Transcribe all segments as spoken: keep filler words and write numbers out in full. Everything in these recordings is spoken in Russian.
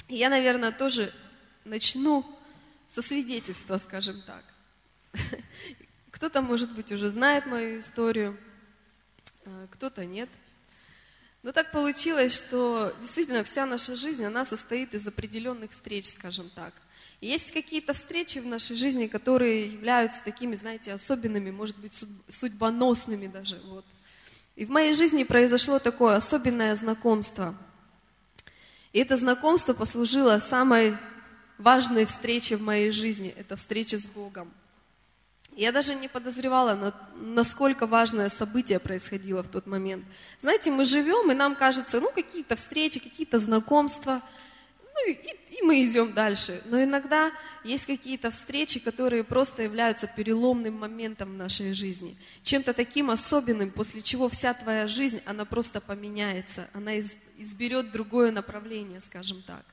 И я, наверное, тоже начну со свидетельства, скажем так. Кто-то, может быть, уже знает мою историю, кто-то нет. Но так получилось, что действительно вся наша жизнь, она состоит из определенных встреч, скажем так. И есть какие-то встречи в нашей жизни, которые являются такими, знаете, особенными, может быть, судьбоносными даже. Вот. И в моей жизни произошло такое особенное знакомство. И это знакомство послужило самой важной встречей в моей жизни. Это встреча с Богом. Я даже не подозревала, насколько важное событие происходило в тот момент. Знаете, мы живем, и нам кажется, ну, какие-то встречи, какие-то знакомства, ну, и, и мы идем дальше. Но иногда есть какие-то встречи, которые просто являются переломным моментом в нашей жизни. Чем-то таким особенным, после чего вся твоя жизнь, она просто поменяется. Она изберет другое направление, скажем так.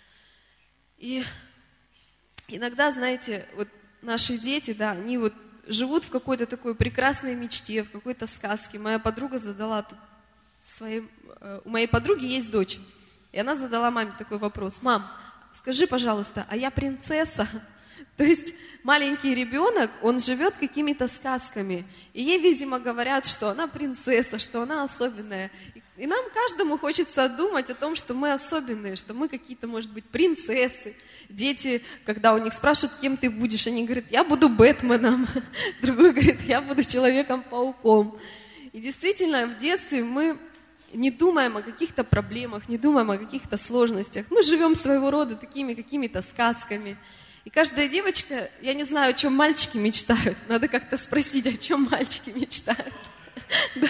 И иногда, знаете, вот наши дети, да, они вот живут в какой-то такой прекрасной мечте, в какой-то сказке. Моя подруга задала тут своей, у моей подруги есть дочь, и она задала маме такой вопрос: мам, скажи, пожалуйста, а я принцесса? То есть маленький ребенок, он живет какими-то сказками, и ей, видимо, говорят, что она принцесса, что она особенная. И нам каждому хочется думать о том, что мы особенные, что мы какие-то, может быть, принцессы. Дети, когда у них спрашивают, кем ты будешь, они говорят, я буду Бэтменом. Другой говорит, я буду Человеком-пауком. И действительно, в детстве мы не думаем о каких-то проблемах, не думаем о каких-то сложностях. Мы живем своего рода такими какими-то сказками. И каждая девочка, я не знаю, о чем мальчики мечтают. Надо как-то спросить, о чем мальчики мечтают. Да.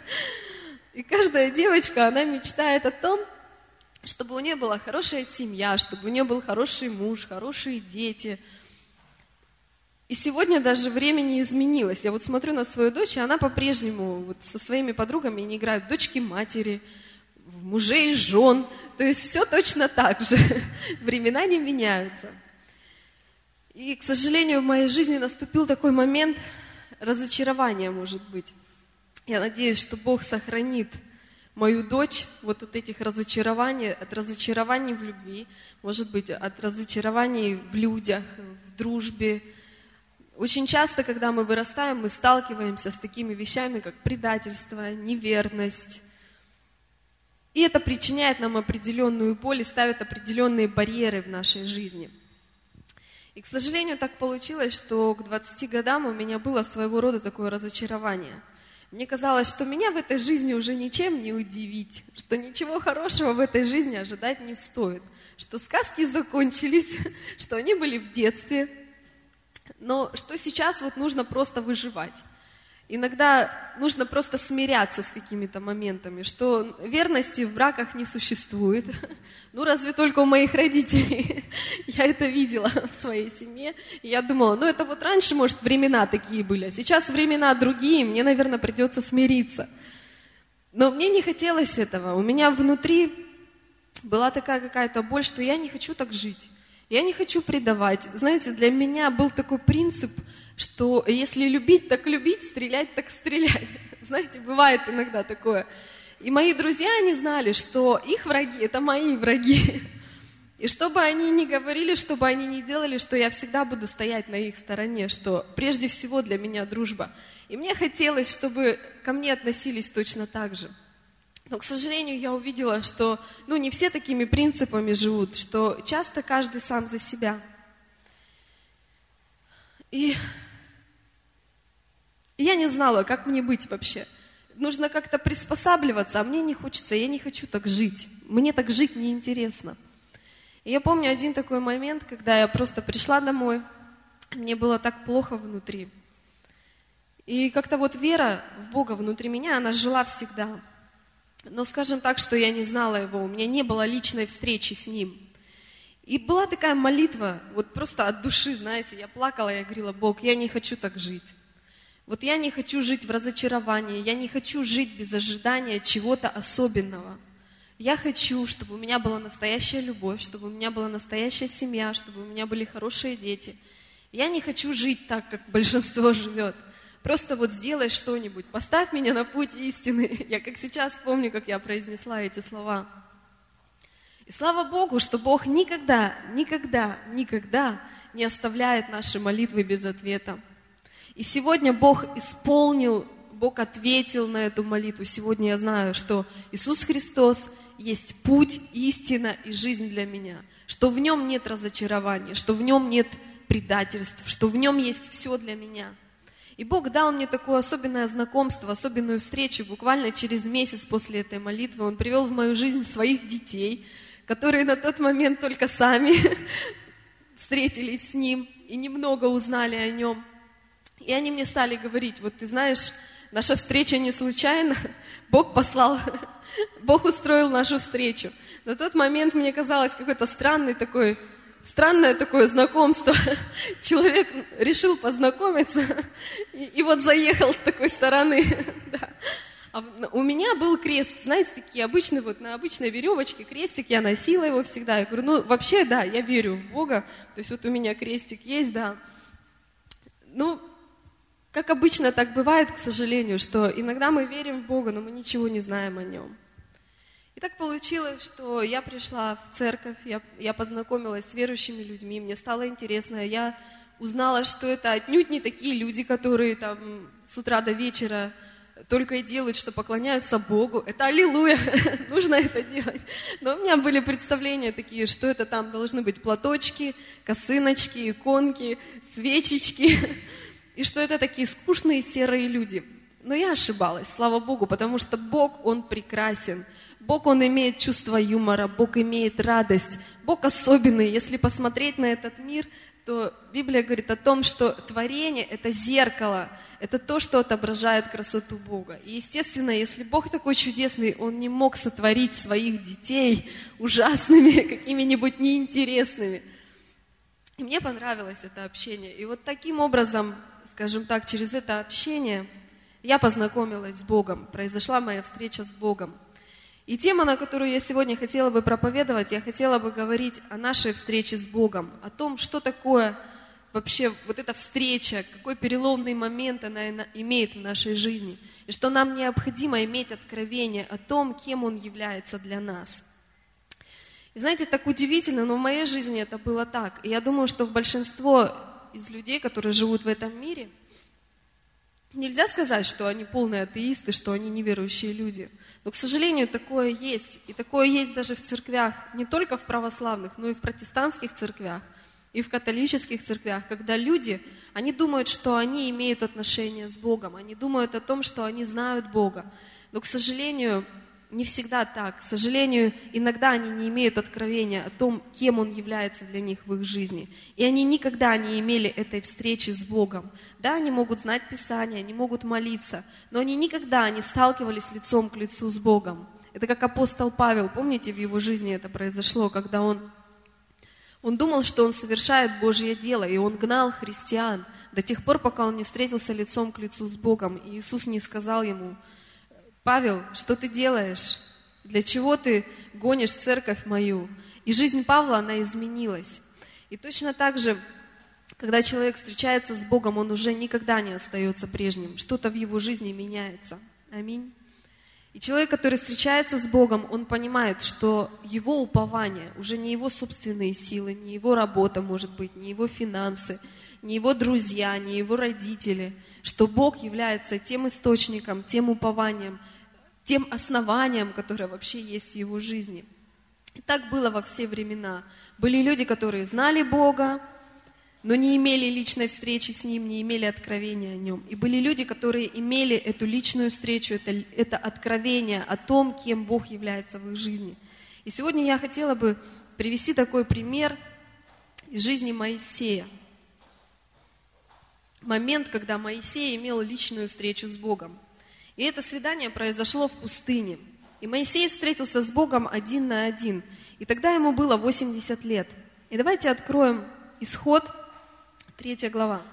И каждая девочка, она мечтает о том, чтобы у нее была хорошая семья, чтобы у нее был хороший муж, хорошие дети. И сегодня даже время не изменилось. Я вот смотрю на свою дочь, и она по-прежнему вот со своими подругами не играет в дочки-матери, в мужей, жен. То есть все точно так же. Времена не меняются. И, к сожалению, в моей жизни наступил такой момент разочарования, может быть. Я надеюсь, что Бог сохранит мою дочь вот от этих разочарований, от разочарований в любви, может быть, от разочарований в людях, в дружбе. Очень часто, когда мы вырастаем, мы сталкиваемся с такими вещами, как предательство, неверность. И это причиняет нам определенную боль и ставит определенные барьеры в нашей жизни. И, к сожалению, так получилось, что к двадцати годам у меня было своего рода такое разочарование. Мне казалось, что меня в этой жизни уже ничем не удивить, что ничего хорошего в этой жизни ожидать не стоит, что сказки закончились, что они были в детстве, но что сейчас вот нужно просто выживать. Иногда нужно просто смиряться с какими-то моментами, что верности в браках не существует. Ну, разве только у моих родителей. Я это видела в своей семье. И я думала, ну, это вот раньше, может, времена такие были, а сейчас времена другие, мне, наверное, придется смириться. Но мне не хотелось этого. У меня внутри была такая какая-то боль, что я не хочу так жить. Я не хочу предавать. Знаете, для меня был такой принцип, что если любить, так любить, стрелять, так стрелять. Знаете, бывает иногда такое. И мои друзья, они знали, что их враги – это мои враги. И что бы они ни говорили, что бы они ни делали, что я всегда буду стоять на их стороне, что прежде всего для меня дружба. И мне хотелось, чтобы ко мне относились точно так же. Но, к сожалению, я увидела, что ну, не все такими принципами живут, что часто каждый сам за себя. И я не знала, как мне быть вообще. Нужно как-то приспосабливаться, а мне не хочется, я не хочу так жить. Мне так жить неинтересно. И я помню один такой момент, когда я просто пришла домой, мне было так плохо внутри. И как-то вот вера в Бога внутри меня, она жила всегда. Но скажем так, что я не знала его, у меня не было личной встречи с ним. И была такая молитва, вот просто от души, знаете, я плакала, я говорила, Бог, я не хочу так жить. Вот я не хочу жить в разочаровании, я не хочу жить без ожидания чего-то особенного. Я хочу, чтобы у меня была настоящая любовь, чтобы у меня была настоящая семья, чтобы у меня были хорошие дети. Я не хочу жить так, как большинство живет. Просто вот сделай что-нибудь, поставь меня на путь истины. Я как сейчас помню, как я произнесла эти слова. И слава Богу, что Бог никогда, никогда, никогда не оставляет наши молитвы без ответа. И сегодня Бог исполнил, Бог ответил на эту молитву. Сегодня я знаю, что Иисус Христос есть путь, истина и жизнь для меня, что в Нем нет разочарования, что в Нем нет предательств, что в Нем есть все для меня. И Бог дал мне такое особенное знакомство, особенную встречу. Буквально через месяц после этой молитвы Он привел в мою жизнь своих детей, которые на тот момент только сами встретились с Ним и немного узнали о Нем. И они мне стали говорить: вот ты знаешь, наша встреча не случайна, Бог послал, Бог устроил нашу встречу. На тот момент мне казалось какой-то странный такой, странное такое знакомство. Человек решил познакомиться и, и вот заехал с такой стороны. Да. А у меня был крест, знаете, такие обычные, вот на обычной веревочке крестик, я носила его всегда. Я говорю, ну вообще, да, я верю в Бога, то есть вот у меня крестик есть, да. Ну, как обычно так бывает, к сожалению, что иногда мы верим в Бога, но мы ничего не знаем о Нем. И так получилось, что я пришла в церковь, я, я познакомилась с верующими людьми, мне стало интересно, я узнала, что это отнюдь не такие люди, которые там с утра до вечера только и делают, что поклоняются Богу. Это аллилуйя, нужно это делать. Но у меня были представления такие, что это там должны быть платочки, косыночки, иконки, свечечки, и что это такие скучные серые люди. Но я ошибалась, слава Богу, потому что Бог, Он прекрасен. Бог, Он имеет чувство юмора, Бог имеет радость. Бог особенный. Если посмотреть на этот мир, то Библия говорит о том, что творение – это зеркало, это то, что отображает красоту Бога. И, естественно, если Бог такой чудесный, Он не мог сотворить своих детей ужасными, какими-нибудь неинтересными. И мне понравилось это общение. И вот таким образом, скажем так, через это общение я познакомилась с Богом, произошла моя встреча с Богом. И тема, на которую я сегодня хотела бы проповедовать, я хотела бы говорить о нашей встрече с Богом, о том, что такое вообще вот эта встреча, какой переломный момент она имеет в нашей жизни, и что нам необходимо иметь откровение о том, кем Он является для нас. И знаете, так удивительно, но в моей жизни это было так. И я думаю, что в большинство из людей, которые живут в этом мире, нельзя сказать, что они полные атеисты, что они неверующие люди. Но, к сожалению, такое есть. И такое есть даже в церквях, не только в православных, но и в протестантских церквях, и в католических церквях, когда люди, они думают, что они имеют отношение с Богом, они думают о том, что они знают Бога. Но, к сожалению, не всегда так. К сожалению, иногда они не имеют откровения о том, кем Он является для них в их жизни. И они никогда не имели этой встречи с Богом. Да, они могут знать Писание, они могут молиться, но они никогда не сталкивались лицом к лицу с Богом. Это как апостол Павел, помните, в его жизни это произошло, когда он, он думал, что он совершает Божье дело, и он гнал христиан до тех пор, пока он не встретился лицом к лицу с Богом. И Иисус не сказал ему: Павел, что ты делаешь? Для чего ты гонишь церковь мою? И жизнь Павла, она изменилась. И точно так же, когда человек встречается с Богом, он уже никогда не остается прежним. Что-то в его жизни меняется. Аминь. И человек, который встречается с Богом, он понимает, что его упование уже не его собственные силы, не его работа, может быть, не его финансы, не его друзья, не его родители, что Бог является тем источником, тем упованием, тем основанием, которое вообще есть в его жизни. И так было во все времена. Были люди, которые знали Бога, но не имели личной встречи с Ним, не имели откровения о Нем. И были люди, которые имели эту личную встречу, это, это откровение о том, кем Бог является в их жизни. И сегодня я хотела бы привести такой пример из жизни Моисея. Момент, когда Моисей имел личную встречу с Богом. И это свидание произошло в пустыне. И Моисей встретился с Богом один на один. И тогда ему было восемьдесят лет. И давайте откроем Исход, третья глава.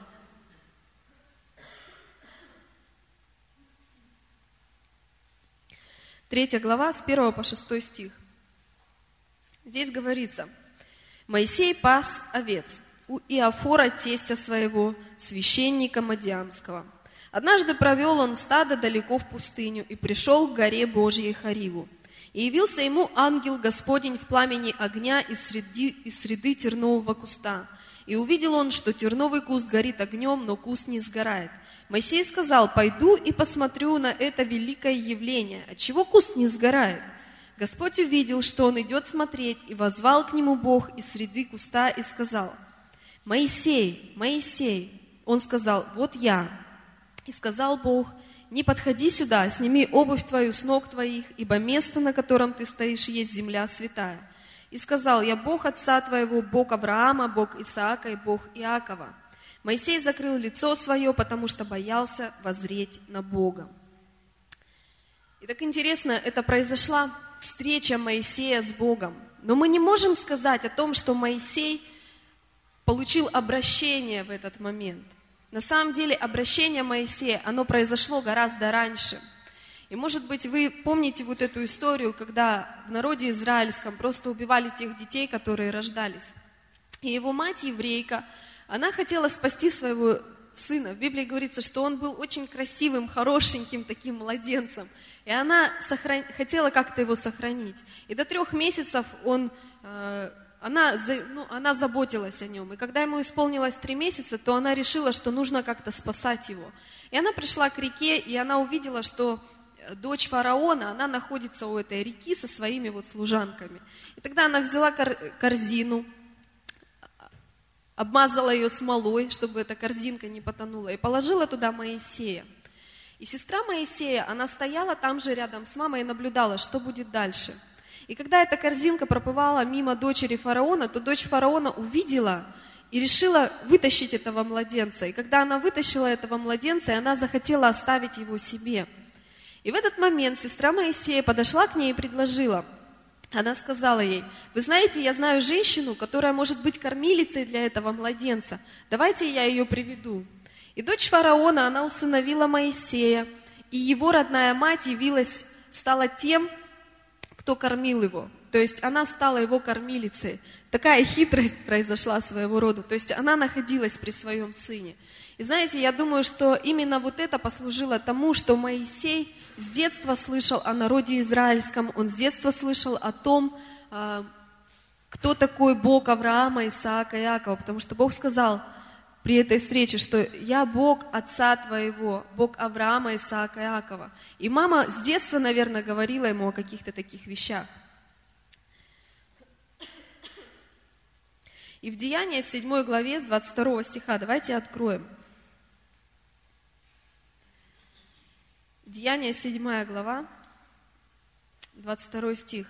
Третья глава, с первого по шестой стих. Здесь говорится: Моисей пас овец у Иофора, тестя своего, священника Мадиамского. Однажды провел он стадо далеко в пустыню и пришел к горе Божьей Хориву. И явился ему ангел Господень в пламени огня из среды, из среды тернового куста. И увидел он, что терновый куст горит огнем, но куст не сгорает. Моисей сказал: пойду и посмотрю на это великое явление, отчего куст не сгорает. Господь увидел, что он идет смотреть, и воззвал к нему Бог из среды куста и сказал: Моисей, Моисей. Он сказал: вот я. И сказал Бог: не подходи сюда, сними обувь твою с ног твоих, ибо место, на котором ты стоишь, есть земля святая. И сказал: я Бог отца твоего, Бог Авраама, Бог Исаака и Бог Иакова. Моисей закрыл лицо свое, потому что боялся воззреть на Бога. И так интересно, это произошла встреча Моисея с Богом. Но мы не можем сказать о том, что Моисей получил обращение в этот момент. На самом деле обращение Моисея, оно произошло гораздо раньше. И, может быть, вы помните вот эту историю, когда в народе израильском просто убивали тех детей, которые рождались. И его мать, еврейка, она хотела спасти своего сына. В Библии говорится, что он был очень красивым, хорошеньким таким младенцем. И она сохран... хотела как-то его сохранить. И до трех месяцев он... Э... Она, ну, она заботилась о нем. И когда ему исполнилось три месяца, то она решила, что нужно как-то спасать его. И она пришла к реке, и она увидела, что дочь фараона, она находится у этой реки со своими вот служанками. И тогда она взяла кор- корзину, обмазала ее смолой, чтобы эта корзинка не потонула, и положила туда Моисея. И сестра Моисея, она стояла там же рядом с мамой и наблюдала, что будет дальше. И когда эта корзинка проплывала мимо дочери фараона, то дочь фараона увидела и решила вытащить этого младенца. И когда она вытащила этого младенца, она захотела оставить его себе. И в этот момент сестра Моисея подошла к ней и предложила. Она сказала ей: вы знаете, я знаю женщину, которая может быть кормилицей для этого младенца. Давайте я ее приведу. И дочь фараона, она усыновила Моисея, и его родная мать явилась, стала тем, кто кормил его. То есть она стала его кормилицей. Такая хитрость произошла своего рода. То есть она находилась при своем сыне. И знаете, я думаю, что именно вот это послужило тому, что Моисей с детства слышал о народе израильском, он с детства слышал о том, кто такой Бог Авраама, Исаака и Иакова. Потому что Бог сказал при этой встрече, что «Я Бог отца твоего, Бог Авраама, Исаака и Иакова». И мама с детства, наверное, говорила ему о каких-то таких вещах. И в Деяниях, в седьмой главе, с двадцать второго стиха, давайте откроем. Деяния, седьмая глава, двадцать второй стих.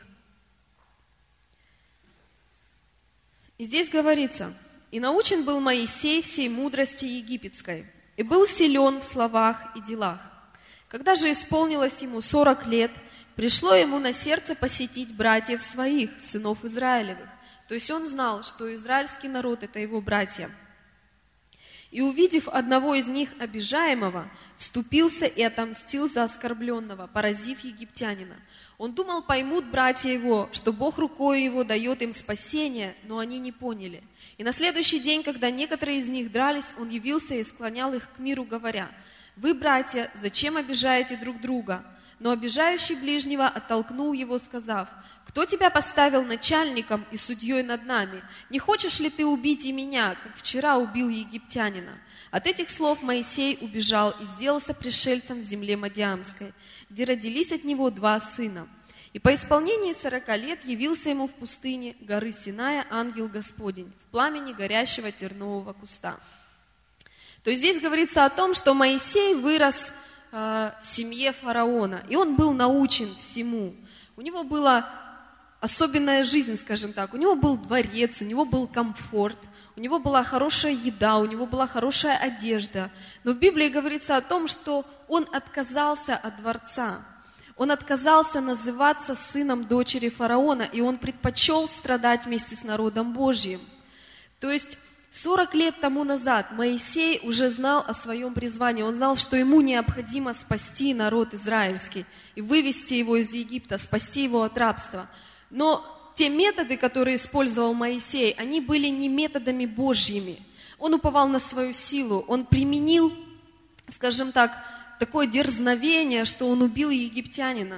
И здесь говорится: «И научен был Моисей всей мудрости египетской, и был силен в словах и делах. Когда же исполнилось ему сорок лет, пришло ему на сердце посетить братьев своих, сынов Израилевых». То есть он знал, что израильский народ – это его братья. «И, увидев одного из них обижаемого, вступился и отомстил за оскорбленного, поразив египтянина. Он думал, поймут братья его, что Бог рукой его дает им спасение, но они не поняли. И на следующий день, когда некоторые из них дрались, он явился и склонял их к миру, говоря: «Вы, братья, зачем обижаете друг друга?» Но обижающий ближнего оттолкнул его, сказав: «Кто тебя поставил начальником и судьей над нами? Не хочешь ли ты убить и меня, как вчера убил египтянина?» От этих слов Моисей убежал и сделался пришельцем в земле Мадиамской, где родились от него два сына. И по исполнении сорока лет явился ему в пустыне горы Синая ангел Господень в пламени горящего тернового куста. То есть здесь говорится о том, что Моисей вырос э, в семье фараона, и он был научен всему. У него была особенная жизнь, скажем так. У него был дворец, у него был комфорт, у него была хорошая еда, у него была хорошая одежда. Но в Библии говорится о том, что он отказался от дворца. Он отказался называться сыном дочери фараона, и он предпочел страдать вместе с народом Божьим. То есть сорок лет тому назад Моисей уже знал о своем призвании. Он знал, что ему необходимо спасти народ израильский и вывести его из Египта, спасти его от рабства. Но те методы, которые использовал Моисей, они были не методами Божьими. Он уповал на свою силу, он применил, скажем так, такое дерзновение, что он убил египтянина.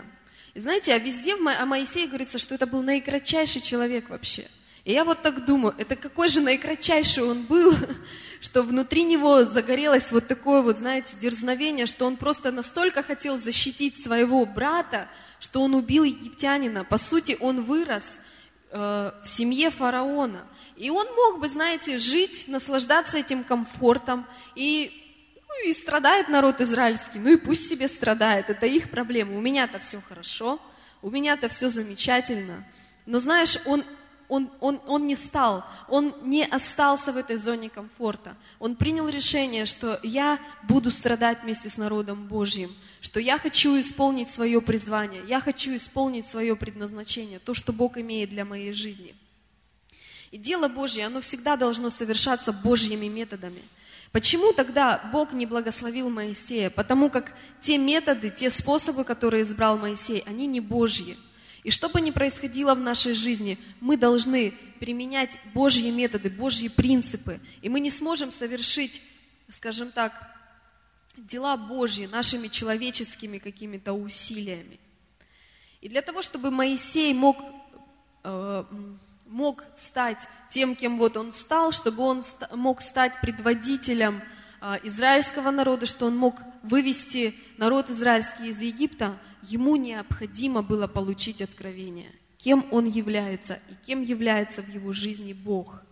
И знаете, а везде о Моисее говорится, что это был наикратчайший человек вообще. И я вот так думаю, это какой же наикратчайший он был, что внутри него загорелось вот такое вот, знаете, дерзновение, что он просто настолько хотел защитить своего брата, что он убил египтянина. По сути, он вырос э, в семье фараона. И он мог бы, знаете, жить, наслаждаться этим комфортом. И, ну, и страдает народ израильский, ну и пусть себе страдает, это их проблема. У меня-то все хорошо, у меня-то все замечательно. Но знаешь, он... Он, он, он не стал, он не остался в этой зоне комфорта. Он принял решение, что я буду страдать вместе с народом Божьим, что я хочу исполнить свое призвание, я хочу исполнить свое предназначение, то, что Бог имеет для моей жизни. И дело Божье, оно всегда должно совершаться Божьими методами. Почему тогда Бог не благословил Моисея? Потому как те методы, те способы, которые избрал Моисей, они не Божьи. И что бы ни происходило в нашей жизни, мы должны применять Божьи методы, Божьи принципы. И мы не сможем совершить, скажем так, дела Божьи нашими человеческими какими-то усилиями. И для того, чтобы Моисей мог, э, мог стать тем, кем вот он стал, чтобы он ст- мог стать предводителем э, израильского народа, что он мог вывести народ израильский из Египта, ему необходимо было получить откровение, кем он является и кем является в его жизни Бог.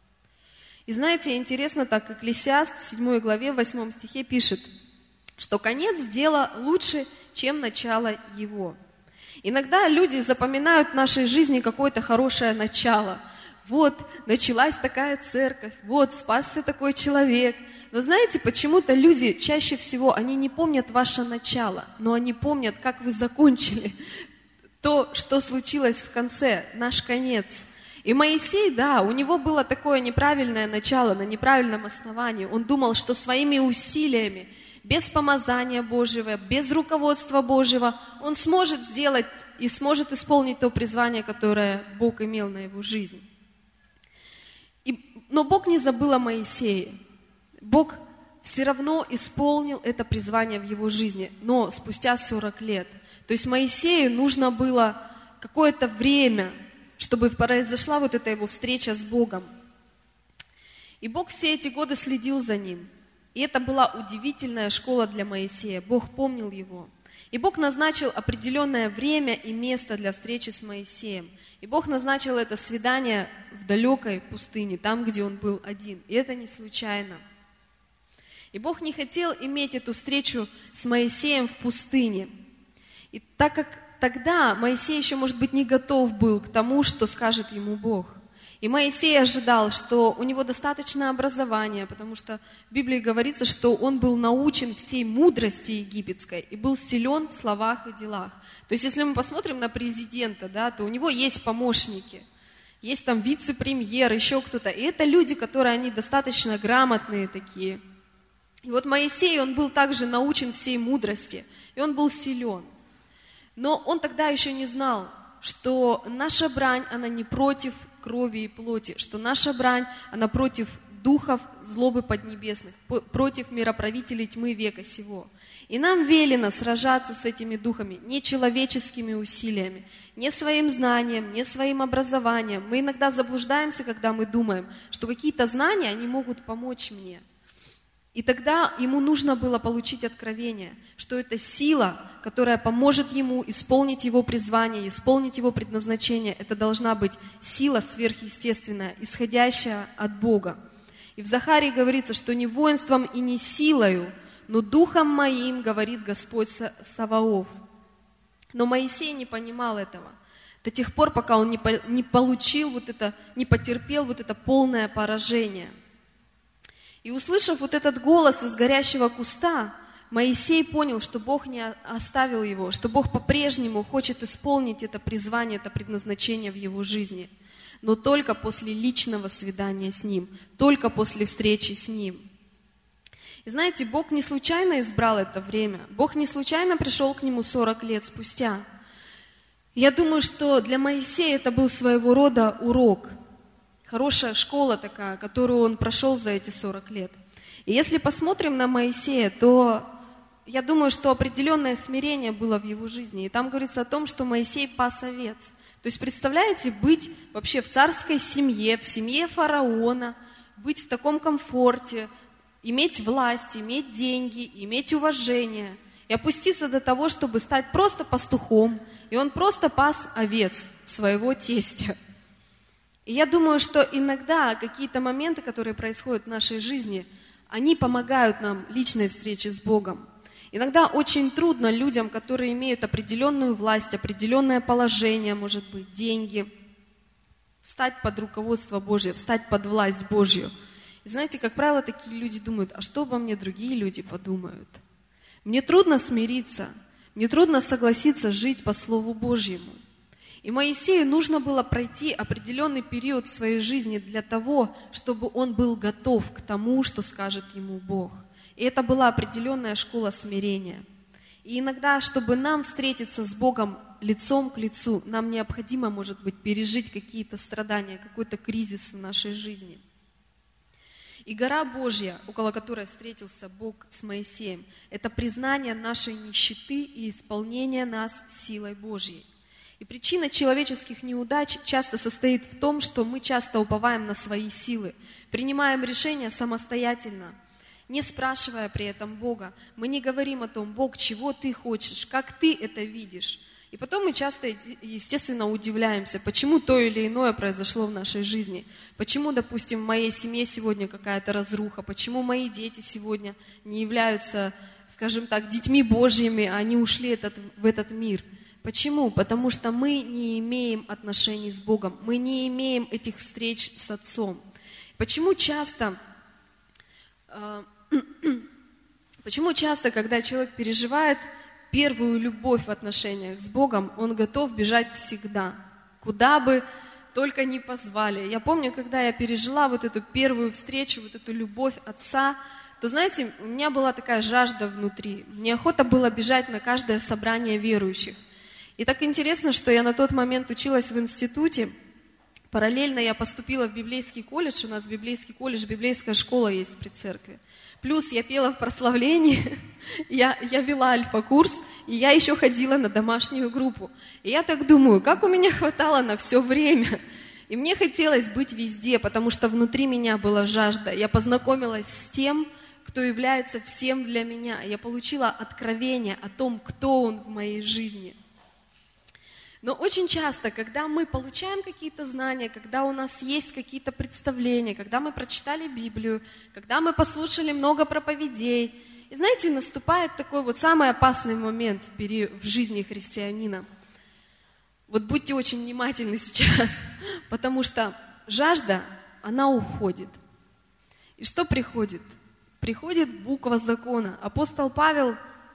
И знаете, интересно так, Экклесиаст в седьмой главе, в восьмом стихе пишет, что конец дела лучше, чем начало его. Иногда люди запоминают в нашей жизни какое-то хорошее начало. Вот, началась такая церковь, вот, спасся такой человек. Но знаете, почему-то люди чаще всего, они не помнят ваше начало, но они помнят, как вы закончили то, что случилось в конце, наш конец. И Моисей, да, у него было такое неправильное начало, на неправильном основании. Он думал, что своими усилиями, без помазания Божьего, без руководства Божьего, он сможет сделать и сможет исполнить то призвание, которое Бог имел на его жизнь. И, но Бог не забыл о Моисее. Бог все равно исполнил это призвание в его жизни, но спустя сорок лет. То есть Моисею нужно было какое-то время, чтобы произошла вот эта его встреча с Богом. И Бог все эти годы следил за ним. И это была удивительная школа для Моисея. Бог помнил его. И Бог назначил определенное время и место для встречи с Моисеем. И Бог назначил это свидание в далекой пустыне, там, где он был один. И это не случайно. И Бог не хотел иметь эту встречу с Моисеем в пустыне. И так как тогда Моисей еще, может быть, не готов был к тому, что скажет ему Бог. И Моисей ожидал, что у него достаточно образования, потому что в Библии говорится, что он был научен всей мудрости египетской и был силен в словах и делах. То есть, если мы посмотрим на президента, да, то у него есть помощники, есть там вице-премьер, еще кто-то. И это люди, которые, они достаточно грамотные такие. И вот Моисей, он был также научен всей мудрости, и он был силен. Но он тогда еще не знал, что наша брань, она не против крови и плоти, что наша брань, она против духов злобы поднебесных, против мироправителей тьмы века сего. И нам велено сражаться с этими духами не человеческими усилиями, не своим знанием, не своим образованием. Мы иногда заблуждаемся, когда мы думаем, что какие-то знания, они могут помочь мне. И тогда ему нужно было получить откровение, что это сила, которая поможет ему исполнить его призвание, исполнить его предназначение. Это должна быть сила сверхъестественная, исходящая от Бога. И в Захарии говорится, что не воинством и не силою, но духом моим, говорит Господь Саваоф. Но Моисей не понимал этого до тех пор, пока он не получил вот это, не потерпел вот это полное поражение. И услышав вот этот голос из горящего куста, Моисей понял, что Бог не оставил его, что Бог по-прежнему хочет исполнить это призвание, это предназначение в его жизни, но только после личного свидания с Ним, только после встречи с Ним. И знаете, Бог не случайно избрал это время, Бог не случайно пришел к нему сорок лет спустя. Я думаю, что для Моисея это был своего рода урок, хорошая школа такая, которую он прошел за эти сорок лет. И если посмотрим на Моисея, то я думаю, что определенное смирение было в его жизни. И там говорится о том, что Моисей пас овец. То есть, представляете, быть вообще в царской семье, в семье фараона, быть в таком комфорте, иметь власть, иметь деньги, иметь уважение, и опуститься до того, чтобы стать просто пастухом, и он просто пас овец своего тестя. И я думаю, что иногда какие-то моменты, которые происходят в нашей жизни, они помогают нам личной встрече с Богом. Иногда очень трудно людям, которые имеют определенную власть, определенное положение, может быть, деньги, встать под руководство Божье, встать под власть Божью. И знаете, как правило, такие люди думают, а что обо мне другие люди подумают? Мне трудно смириться, мне трудно согласиться жить по Слову Божьему. И Моисею нужно было пройти определенный период в своей жизни для того, чтобы он был готов к тому, что скажет ему Бог. И это была определенная школа смирения. И иногда, чтобы нам встретиться с Богом лицом к лицу, нам необходимо, может быть, пережить какие-то страдания, какой-то кризис в нашей жизни. И гора Божья, около которой встретился Бог с Моисеем, это признание нашей нищеты и исполнение нас силой Божьей. И причина человеческих неудач часто состоит в том, что мы часто уповаем на свои силы, принимаем решения самостоятельно, не спрашивая при этом Бога. Мы не говорим о том, Бог, чего ты хочешь, как ты это видишь. И потом мы часто, естественно, удивляемся, почему то или иное произошло в нашей жизни. Почему, допустим, в моей семье сегодня какая-то разруха, почему мои дети сегодня не являются, скажем так, детьми Божьими, а они ушли этот, в этот мир. Почему? Потому что мы не имеем отношений с Богом, мы не имеем этих встреч с Отцом. Почему часто, э, почему часто, когда человек переживает первую любовь в отношениях с Богом, он готов бежать всегда, куда бы только ни позвали. Я помню, когда я пережила вот эту первую встречу, вот эту любовь Отца, то, знаете, у меня была такая жажда внутри. Мне охота было бежать на каждое собрание верующих. И так интересно, что я на тот момент училась в институте. Параллельно я поступила в библейский колледж. У нас библейский колледж, библейская школа есть при церкви. Плюс я пела в прославлении, я, я вела альфа-курс, и я еще ходила на домашнюю группу. И я так думаю, как у меня хватало на все время. И мне хотелось быть везде, потому что внутри меня была жажда. Я познакомилась с тем, кто является всем для меня. Я получила откровение о том, кто Он в моей жизни. Но очень часто, когда мы получаем какие-то знания, когда у нас есть какие-то представления, когда мы прочитали Библию, когда мы послушали много проповедей, и знаете, наступает такой вот самый опасный момент в, период, в жизни христианина. Вот будьте очень внимательны сейчас, потому что жажда, она уходит. И что приходит? Приходит буква закона. Апостол Павел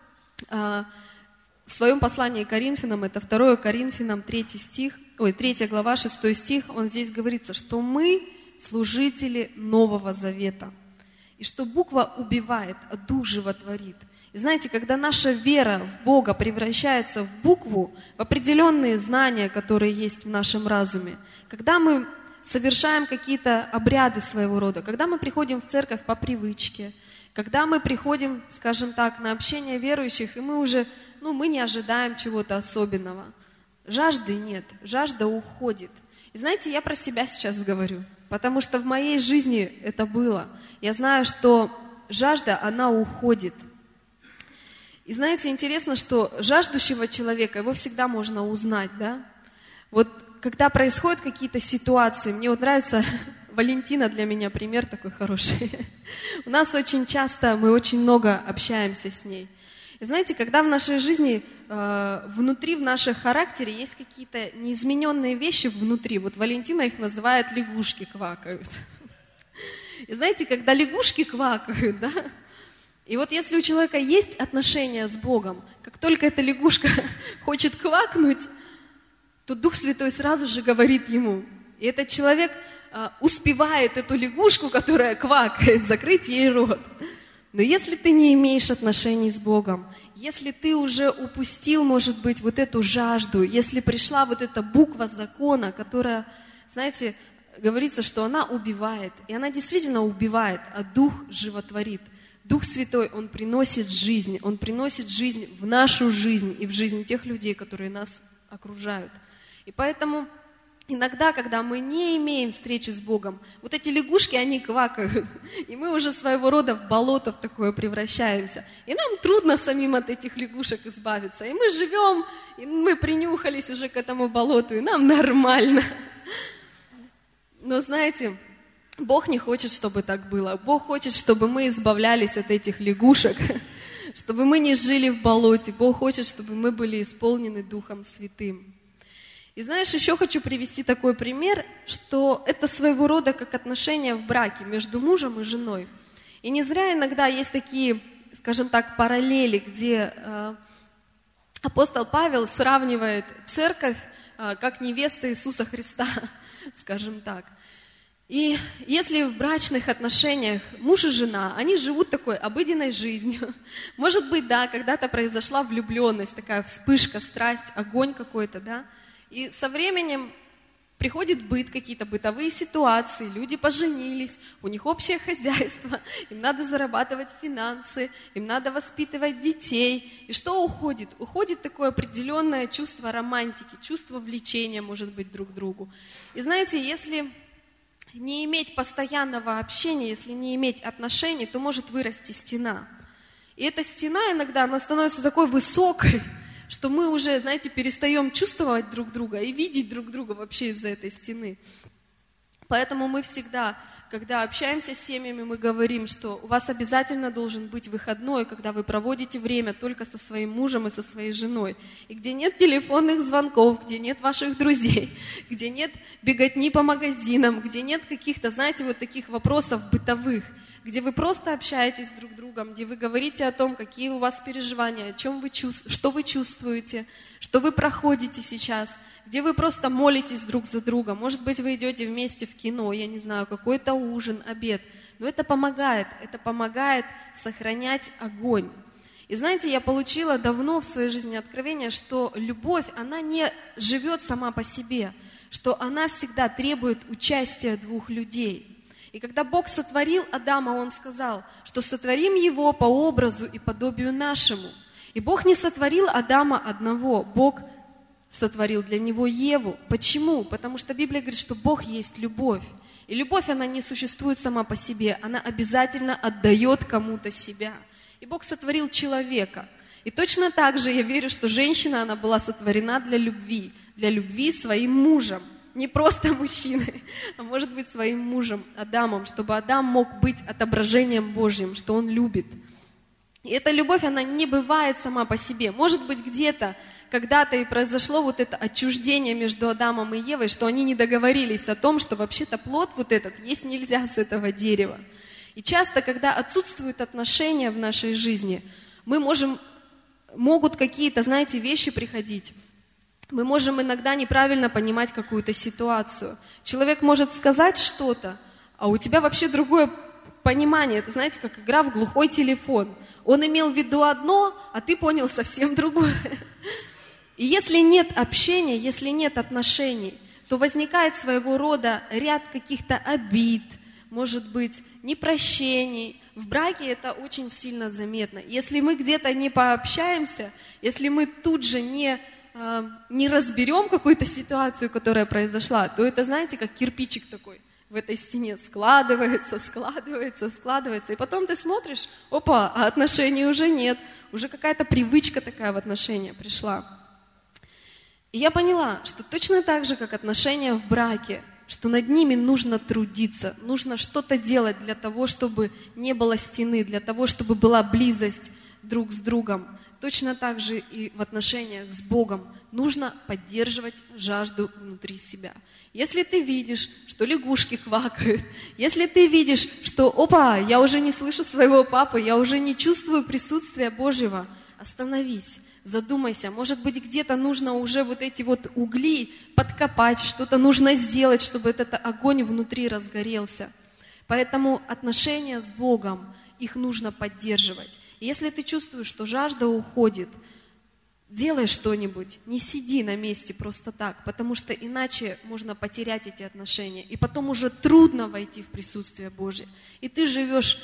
в своем послании к Коринфянам, это второе Коринфянам, третий стих, ой, третья глава, шестой стих, он здесь говорится, что мы служители Нового Завета, и что буква убивает, а дух животворит. И знаете, когда наша вера в Бога превращается в букву, в определенные знания, которые есть в нашем разуме, когда мы совершаем какие-то обряды своего рода, когда мы приходим в церковь по привычке, когда мы приходим, скажем так, на общение верующих, и мы уже, ну, мы не ожидаем чего-то особенного. Жажды нет, жажда уходит. И знаете, я про себя сейчас говорю, потому что в моей жизни это было. Я знаю, что жажда, она уходит. И знаете, интересно, что жаждущего человека, его всегда можно узнать, да? Вот когда происходят какие-то ситуации, мне вот нравится... Валентина для меня пример такой хороший. У нас очень часто, мы очень много общаемся с ней. И знаете, когда в нашей жизни, э, внутри, в нашем характере есть какие-то неизмененные вещи внутри, вот Валентина их называет лягушки квакают. И знаете, когда лягушки квакают, да, и вот если у человека есть отношения с Богом, как только эта лягушка хочет квакнуть, то Дух Святой сразу же говорит ему, и этот человек успевает эту лягушку, которая квакает, закрыть ей рот. Но если ты не имеешь отношений с Богом, если ты уже упустил, может быть, вот эту жажду, если пришла вот эта буква закона, которая, знаете, говорится, что она убивает, и она действительно убивает, а Дух животворит. Дух Святой, Он приносит жизнь, Он приносит жизнь в нашу жизнь и в жизнь тех людей, которые нас окружают. И поэтому иногда, когда мы не имеем встречи с Богом, вот эти лягушки, они квакают, и мы уже своего рода в болото в такое превращаемся. И нам трудно самим от этих лягушек избавиться. И мы живем, и мы принюхались уже к этому болоту, и нам нормально. Но знаете, Бог не хочет, чтобы так было. Бог хочет, чтобы мы избавлялись от этих лягушек, чтобы мы не жили в болоте. Бог хочет, чтобы мы были исполнены Духом Святым. И знаешь, еще хочу привести такой пример, что это своего рода как отношения в браке между мужем и женой. И не зря иногда есть такие, скажем так, параллели, где э, апостол Павел сравнивает церковь э, как невеста Иисуса Христа, скажем так. И если в брачных отношениях муж и жена, они живут такой обыденной жизнью, может быть, да, когда-то произошла влюбленность, такая вспышка, страсть, огонь какой-то, да, и со временем приходит быт, какие-то бытовые ситуации, люди поженились, у них общее хозяйство, им надо зарабатывать финансы, им надо воспитывать детей. И что уходит? Уходит такое определенное чувство романтики, чувство влечения, может быть, друг к другу. И знаете, если не иметь постоянного общения, если не иметь отношений, то может вырасти стена. И эта стена иногда, она становится такой высокой, что мы уже, знаете, перестаем чувствовать друг друга и видеть друг друга вообще из-за этой стены. Поэтому мы всегда, когда общаемся с семьями, мы говорим, что у вас обязательно должен быть выходной, когда вы проводите время только со своим мужем и со своей женой. И где нет телефонных звонков, где нет ваших друзей, где нет беготни по магазинам, где нет каких-то, знаете, вот таких вопросов бытовых, где вы просто общаетесь друг с другом, где вы говорите о том, какие у вас переживания, о чем вы чувствуете, что вы чувствуете, что вы проходите сейчас, где вы просто молитесь друг за друга. Может быть, вы идете вместе в кино, я не знаю, какой-то ужин, обед. Но это помогает, это помогает сохранять огонь. И знаете, я получила давно в своей жизни откровение, что любовь, она не живет сама по себе, что она всегда требует участия двух людей. И когда Бог сотворил Адама, Он сказал, что сотворим его по образу и подобию нашему. И Бог не сотворил Адама одного, Бог сотворил для него Еву. Почему? Потому что Библия говорит, что Бог есть любовь. И любовь, она не существует сама по себе, она обязательно отдает кому-то себя. И Бог сотворил человека. И точно так же я верю, что женщина, она была сотворена для любви, для любви своим мужем. Не просто мужчиной, а может быть своим мужем, Адамом, чтобы Адам мог быть отображением Божьим, что он любит. И эта любовь, она не бывает сама по себе. Может быть, где-то, когда-то и произошло вот это отчуждение между Адамом и Евой, что они не договорились о том, что вообще-то плод вот этот есть нельзя с этого дерева. И часто, когда отсутствуют отношения в нашей жизни, мы можем, могут какие-то, знаете, вещи приходить. Мы можем иногда неправильно понимать какую-то ситуацию. Человек может сказать что-то, а у тебя вообще другое понимание. Это, знаете, как игра в глухой телефон. Он имел в виду одно, а ты понял совсем другое. И если нет общения, если нет отношений, то возникает своего рода ряд каких-то обид, может быть, непрощений. В браке это очень сильно заметно. Если мы где-то не пообщаемся, если мы тут же не... не разберем какую-то ситуацию, которая произошла, то это, знаете, как кирпичик такой в этой стене складывается, складывается, складывается. И потом ты смотришь, опа, а отношений уже нет. Уже какая-то привычка такая в отношения пришла. И я поняла, что точно так же, как отношения в браке, что над ними нужно трудиться, нужно что-то делать для того, чтобы не было стены, для того, чтобы была близость друг с другом. Точно так же и в отношениях с Богом нужно поддерживать жажду внутри себя. Если ты видишь, что лягушки квакают, если ты видишь, что, опа, я уже не слышу своего папы, я уже не чувствую присутствия Божьего, остановись, задумайся. Может быть, где-то нужно уже вот эти вот угли подкопать, что-то нужно сделать, чтобы этот огонь внутри разгорелся. Поэтому отношения с Богом, их нужно поддерживать. И если ты чувствуешь, что жажда уходит, делай что-нибудь, не сиди на месте просто так, потому что иначе можно потерять эти отношения. И потом уже трудно войти в присутствие Божие. И ты живешь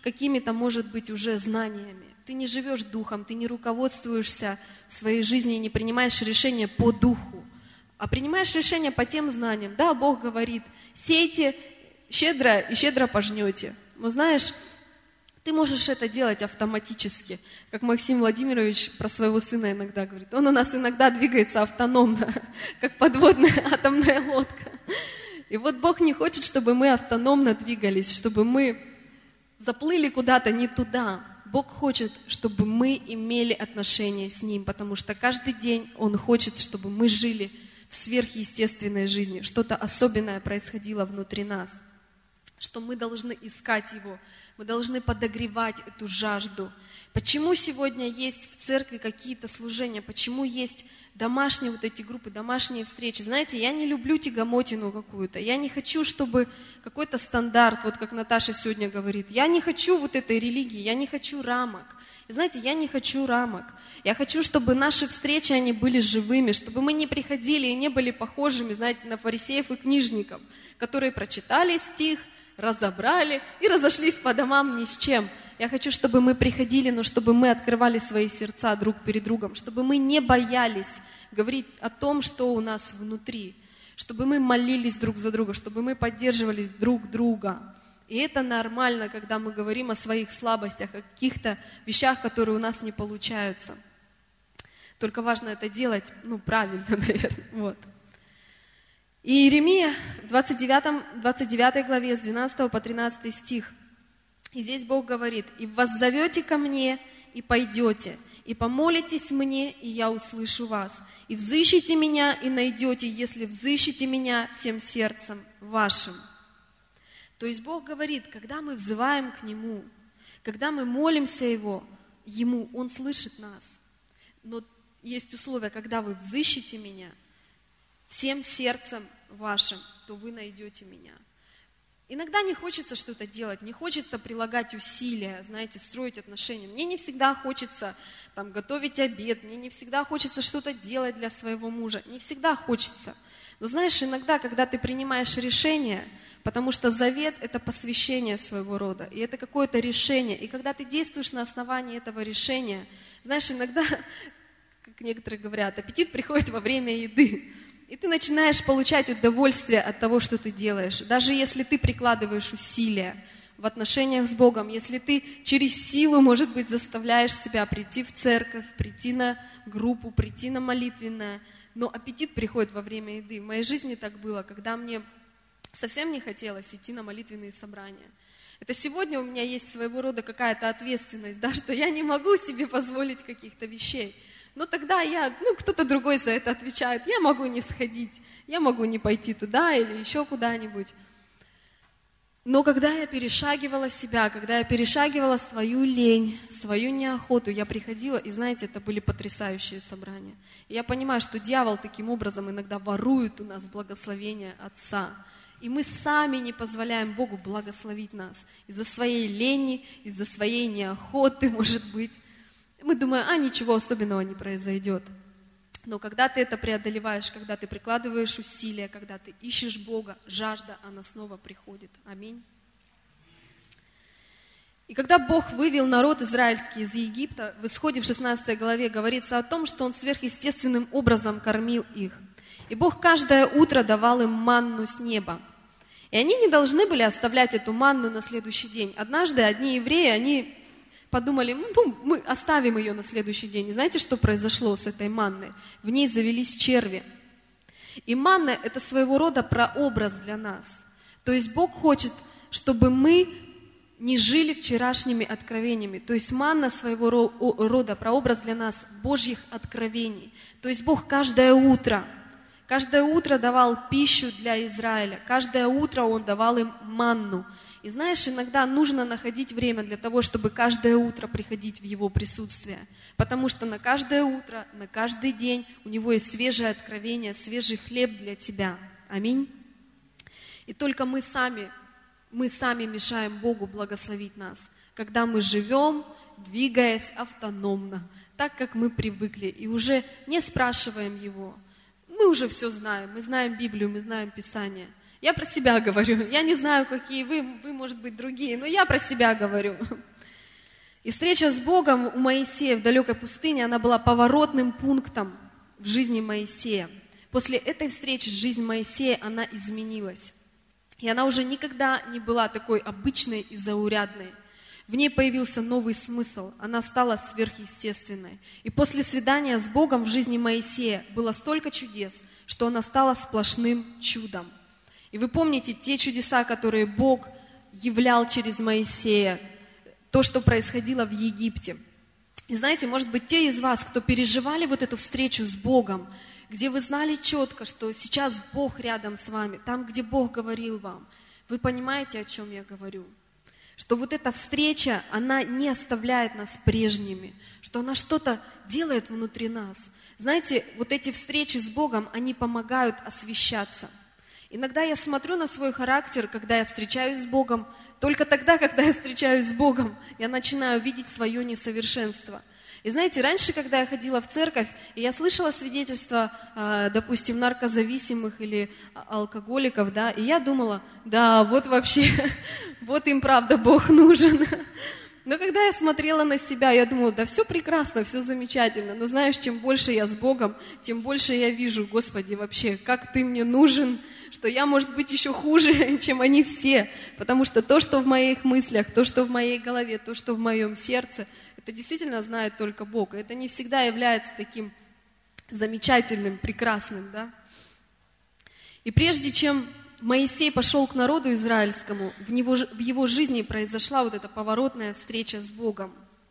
какими-то, может быть, уже знаниями. Ты не живешь духом, ты не руководствуешься в своей жизни и не принимаешь решения по духу, а принимаешь решения по тем знаниям. Да, Бог говорит, сейте щедро и щедро пожнете. Но знаешь, ты можешь это делать автоматически, как Максим Владимирович про своего сына иногда говорит. Он у нас иногда двигается автономно, как подводная атомная лодка. И вот Бог не хочет, чтобы мы автономно двигались, чтобы мы заплыли куда-то не туда. Бог хочет, чтобы мы имели отношения с Ним, потому что каждый день Он хочет, чтобы мы жили в сверхъестественной жизни, что-то особенное происходило внутри нас, что мы должны искать Его, мы должны подогревать эту жажду. Почему сегодня есть в церкви какие-то служения, почему есть домашние вот эти группы, домашние встречи? Знаете, я не люблю тягомотину какую-то, я не хочу, чтобы какой-то стандарт, вот как Наташа сегодня говорит, я не хочу вот этой религии, я не хочу рамок. И знаете, я не хочу рамок. Я хочу, чтобы наши встречи, они были живыми, чтобы мы не приходили и не были похожими, знаете, на фарисеев и книжников, которые прочитали стих, разобрали и разошлись по домам ни с чем. Я хочу, чтобы мы приходили, но чтобы мы открывали свои сердца друг перед другом, чтобы мы не боялись говорить о том, что у нас внутри, чтобы мы молились друг за друга, чтобы мы поддерживали друг друга. И это нормально, когда мы говорим о своих слабостях, о каких-то вещах, которые у нас не получаются. Только важно это делать, ну, правильно, наверное, вот. И Иеремия в двадцать девятой главе с двенадцатого по тринадцатый стих. И здесь Бог говорит: «И воззовете ко мне, и пойдете, и помолитесь мне, и я услышу вас, и взыщите меня, и найдете, если взыщите меня всем сердцем вашим». То есть Бог говорит, когда мы взываем к Нему, когда мы молимся Его, Ему, Он слышит нас. Но есть условия, когда вы взыщите меня всем сердцем вашим, то вы найдете меня. Иногда не хочется что-то делать, не хочется прилагать усилия, знаете, строить отношения. Мне не всегда хочется там, готовить обед, мне не всегда хочется что-то делать для своего мужа, не всегда хочется. Но знаешь, иногда, когда ты принимаешь решение, потому что завет – это посвящение своего рода, и это какое-то решение, и когда ты действуешь на основании этого решения, знаешь, иногда, как некоторые говорят, аппетит приходит во время еды. И ты начинаешь получать удовольствие от того, что ты делаешь. Даже если ты прикладываешь усилия в отношениях с Богом, если ты через силу, может быть, заставляешь себя прийти в церковь, прийти на группу, прийти на молитвенное, но аппетит приходит во время еды. В моей жизни так было, когда мне совсем не хотелось идти на молитвенные собрания. Это сегодня у меня есть своего рода какая-то ответственность, да, что я не могу себе позволить каких-то вещей. Но тогда я, ну, кто-то другой за это отвечает. Я могу не сходить, я могу не пойти туда или еще куда-нибудь. Но когда я перешагивала себя, когда я перешагивала свою лень, свою неохоту, я приходила, и знаете, это были потрясающие собрания. И я понимаю, что дьявол таким образом иногда ворует у нас благословение Отца. И мы сами не позволяем Богу благословить нас из-за своей лени, из-за своей неохоты, может быть. Мы думаем, а ничего особенного не произойдет. Но когда ты это преодолеваешь, когда ты прикладываешь усилия, когда ты ищешь Бога, жажда, она снова приходит. Аминь. И когда Бог вывел народ израильский из Египта, в Исходе в шестнадцатой главе говорится о том, что Он сверхъестественным образом кормил их. И Бог каждое утро давал им манну с неба. И они не должны были оставлять эту манну на следующий день. Однажды одни евреи, они подумали, ну, мы оставим ее на следующий день. И знаете, что произошло с этой манной? В ней завелись черви. И манна – это своего рода прообраз для нас. То есть Бог хочет, чтобы мы не жили вчерашними откровениями. То есть манна своего рода прообраз для нас Божьих откровений. То есть Бог каждое утро, каждое утро давал пищу для Израиля. Каждое утро Он давал им манну. И знаешь, иногда нужно находить время для того, чтобы каждое утро приходить в Его присутствие. Потому что на каждое утро, на каждый день у Него есть свежее откровение, свежий хлеб для тебя. Аминь. И только мы сами, мы сами мешаем Богу благословить нас, когда мы живем, двигаясь автономно, так, как мы привыкли, и уже не спрашиваем Его. Мы уже все знаем, мы знаем Библию, мы знаем Писание. Я про себя говорю. Я не знаю, какие вы, вы, может быть, другие, но я про себя говорю. И встреча с Богом у Моисея в далекой пустыне, она была поворотным пунктом в жизни Моисея. После этой встречи жизнь Моисея, она изменилась. И она уже никогда не была такой обычной и заурядной. В ней появился новый смысл, она стала сверхъестественной. И после свидания с Богом в жизни Моисея было столько чудес, что она стала сплошным чудом. И вы помните те чудеса, которые Бог являл через Моисея, то, что происходило в Египте. И знаете, может быть, те из вас, кто переживали вот эту встречу с Богом, где вы знали четко, что сейчас Бог рядом с вами, там, где Бог говорил вам, вы понимаете, о чем я говорю? Что вот эта встреча, она не оставляет нас прежними, что она что-то делает внутри нас. Знаете, вот эти встречи с Богом, они помогают освящаться. Иногда я смотрю на свой характер, когда я встречаюсь с Богом. Только тогда, когда я встречаюсь с Богом, я начинаю видеть свое несовершенство. И знаете, раньше, когда я ходила в церковь, и я слышала свидетельства, допустим, наркозависимых или алкоголиков, да, и я думала, да, вот вообще, вот им правда Бог нужен. Но когда я смотрела на себя, я думала, да все прекрасно, все замечательно. Но знаешь, чем больше я с Богом, тем больше я вижу, Господи, вообще, как Ты мне нужен, что я, может быть, еще хуже, чем они все. Потому что то, что в моих мыслях, то, что в моей голове, то, что в моем сердце, это действительно знает только Бог. И это не всегда является таким замечательным, прекрасным, да. И прежде чем Моисей пошел к народу израильскому, в него, в его жизни произошла вот эта поворотная встреча с Богом.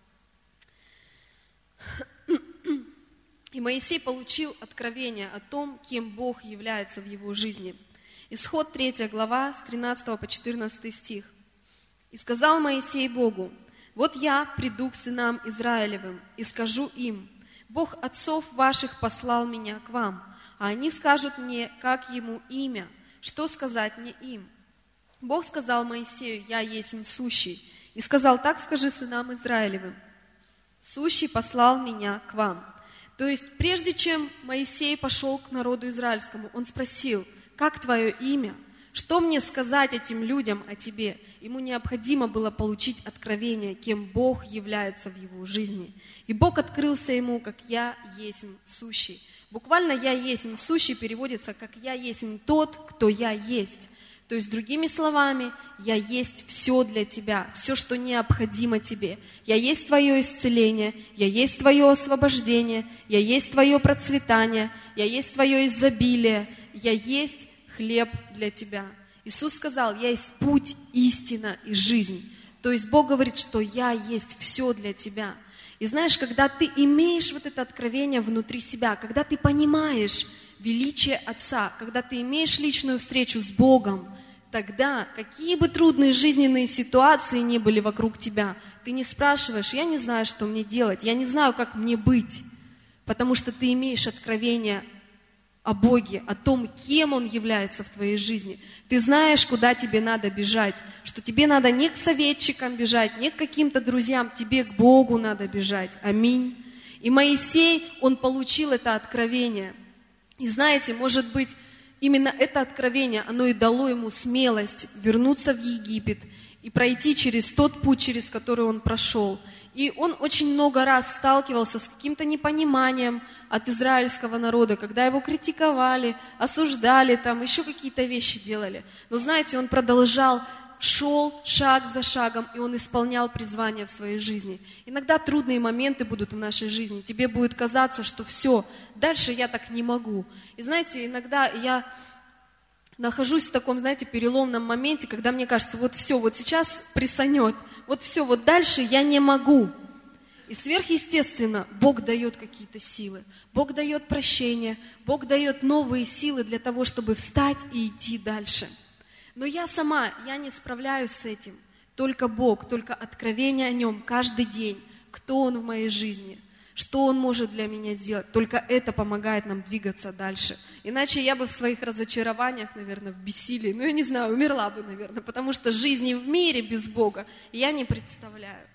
И Моисей получил откровение о том, кем Бог является в его жизни. Исход третья глава, с тринадцатого по четырнадцатый стих. «И сказал Моисей Богу: вот я приду к сынам Израилевым и скажу им: Бог отцов ваших послал меня к вам, а они скажут мне, как ему имя. Что сказать мне им? Бог сказал Моисею: я есмь сущий. И сказал: так скажи сынам Израилевым: сущий послал меня к вам». То есть, прежде чем Моисей пошел к народу израильскому, он спросил: как твое имя? Что мне сказать этим людям о тебе? Ему необходимо было получить откровение, кем Бог является в его жизни. И Бог открылся ему, как «я есмь сущий». Буквально «я есмь сущий» переводится как «я есмь тот, кто я есть». То есть, другими словами, я есть все для тебя, все, что необходимо тебе. Я есть твое исцеление, я есть твое освобождение, я есть твое процветание, я есть твое изобилие, я есть хлеб для тебя. Иисус сказал: я есть путь, истина и жизнь. То есть Бог говорит, что я есть все для тебя. И знаешь, когда ты имеешь вот это откровение внутри себя, когда ты понимаешь величие Отца, когда ты имеешь личную встречу с Богом, тогда, какие бы трудные жизненные ситуации ни были вокруг тебя, ты не спрашиваешь: я не знаю, что мне делать, я не знаю, как мне быть, потому что ты имеешь откровение о Боге, о том, кем Он является в твоей жизни. Ты знаешь, куда тебе надо бежать, что тебе надо не к советчикам бежать, не к каким-то друзьям, тебе к Богу надо бежать. Аминь. И Моисей, он получил это откровение. И знаете, может быть, именно это откровение, оно и дало ему смелость вернуться в Египет и пройти через тот путь, через который он прошел. И он очень много раз сталкивался с каким-то непониманием от израильского народа, когда его критиковали, осуждали, там еще какие-то вещи делали. Но знаете, он продолжал, шел шаг за шагом, и он исполнял призвание в своей жизни. Иногда трудные моменты будут в нашей жизни. Тебе будет казаться, что все, дальше я так не могу. И знаете, иногда я нахожусь в таком, знаете, переломном моменте, когда мне кажется, вот все, вот сейчас присанет, вот все, вот дальше я не могу. И сверхъестественно Бог дает какие-то силы, Бог дает прощение, Бог дает новые силы для того, чтобы встать и идти дальше. Но я сама, я не справляюсь с этим. Только Бог, только откровение о Нем каждый день, кто Он в моей жизни, что Он может для меня сделать. Только это помогает нам двигаться дальше. Иначе я бы в своих разочарованиях, наверное, в бессилии, ну, я не знаю, умерла бы, наверное, потому что жизни в мире без Бога я не представляю.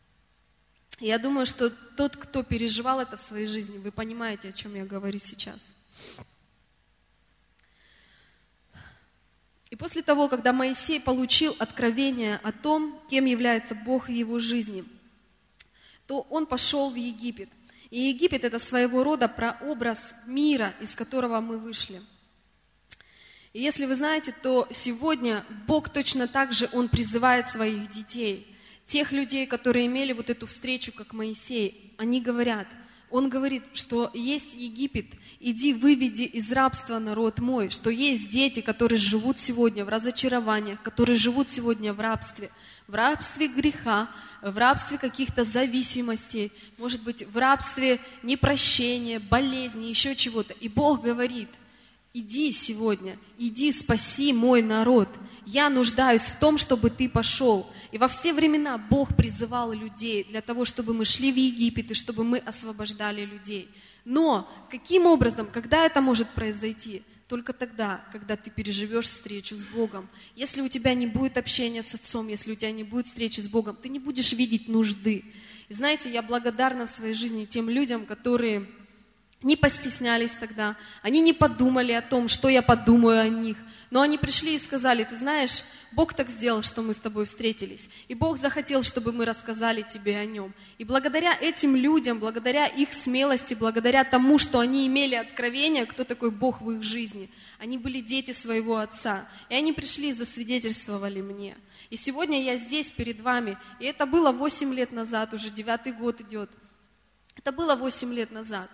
Я думаю, что тот, кто переживал это в своей жизни, вы понимаете, о чем я говорю сейчас. И после того, когда Моисей получил откровение о том, кем является Бог в его жизни, то он пошел в Египет. И Египет – это своего рода прообраз мира, из которого мы вышли. И если вы знаете, то сегодня Бог точно так же, Он призывает своих детей, тех людей, которые имели вот эту встречу, как Моисей, они говорят, Он говорит, что есть Египет, иди выведи из рабства народ мой, что есть дети, которые живут сегодня в разочарованиях, которые живут сегодня в рабстве, в рабстве греха, в рабстве каких-то зависимостей, может быть, в рабстве непрощения, болезни, еще чего-то. И Бог говорит, иди сегодня, иди спаси мой народ. Я нуждаюсь в том, чтобы ты пошел. И во все времена Бог призывал людей для того, чтобы мы шли в Египет и чтобы мы освобождали людей. Но каким образом, когда это может произойти? Только тогда, когда ты переживешь встречу с Богом. Если у тебя не будет общения с Отцом, если у тебя не будет встречи с Богом, ты не будешь видеть нужды. И знаете, я благодарна в своей жизни тем людям, которые не постеснялись тогда, они не подумали о том, что я подумаю о них, но они пришли и сказали, ты знаешь, Бог так сделал, что мы с тобой встретились, и Бог захотел, чтобы мы рассказали тебе о нем. И благодаря этим людям, благодаря их смелости, благодаря тому, что они имели откровение, кто такой Бог в их жизни, они были дети своего Отца, и они пришли и засвидетельствовали мне. И сегодня я здесь перед вами, и это было восемь лет назад, уже девятый год идет, это было восемь лет назад.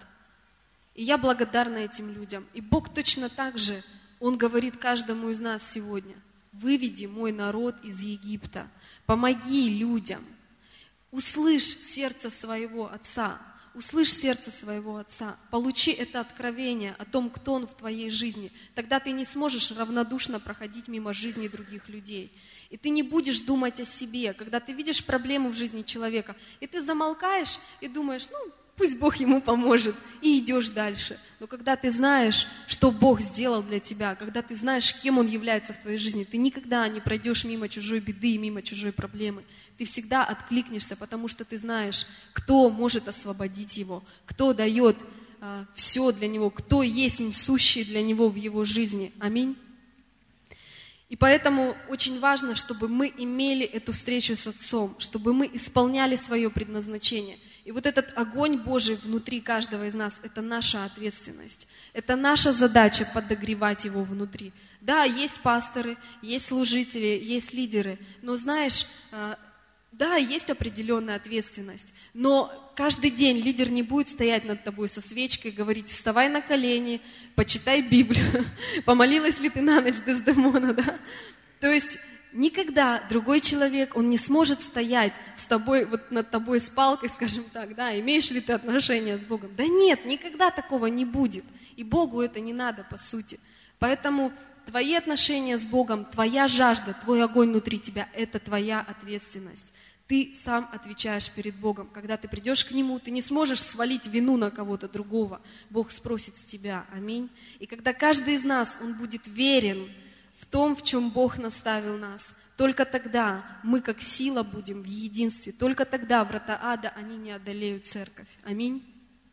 И я благодарна этим людям. И Бог точно так же, Он говорит каждому из нас сегодня, выведи мой народ из Египта, помоги людям, услышь сердце своего Отца, услышь сердце своего Отца, получи это откровение о том, кто Он в твоей жизни. Тогда ты не сможешь равнодушно проходить мимо жизни других людей. И ты не будешь думать о себе, когда ты видишь проблему в жизни человека, и ты замолкаешь и думаешь, ну, пусть Бог ему поможет, и идешь дальше. Но когда ты знаешь, что Бог сделал для тебя, когда ты знаешь, кем Он является в твоей жизни, ты никогда не пройдешь мимо чужой беды и мимо чужой проблемы. Ты всегда откликнешься, потому что ты знаешь, кто может освободить его, кто дает а, все для него, кто есть им сущий для него в его жизни. Аминь. И поэтому очень важно, чтобы мы имели эту встречу с Отцом, чтобы мы исполняли свое предназначение. И вот этот огонь Божий внутри каждого из нас, это наша ответственность. Это наша задача подогревать его внутри. Да, есть пасторы, есть служители, есть лидеры, но знаешь, да, есть определенная ответственность, но каждый день лидер не будет стоять над тобой со свечкой и говорить, вставай на колени, почитай Библию, помолилась ли ты на ночь Дездемона, да? То есть никогда другой человек, он не сможет стоять с тобой, вот над тобой с палкой, скажем так, да, имеешь ли ты отношения с Богом? Да нет, никогда такого не будет. И Богу это не надо, по сути. Поэтому твои отношения с Богом, твоя жажда, твой огонь внутри тебя, это твоя ответственность. Ты сам отвечаешь перед Богом. Когда ты придешь к Нему, ты не сможешь свалить вину на кого-то другого. Бог спросит с тебя. Аминь. И когда каждый из нас, он будет верен в том, в чем Бог наставил нас, только тогда мы как сила будем в единстве. Только тогда врата ада, они не одолеют церковь. Аминь.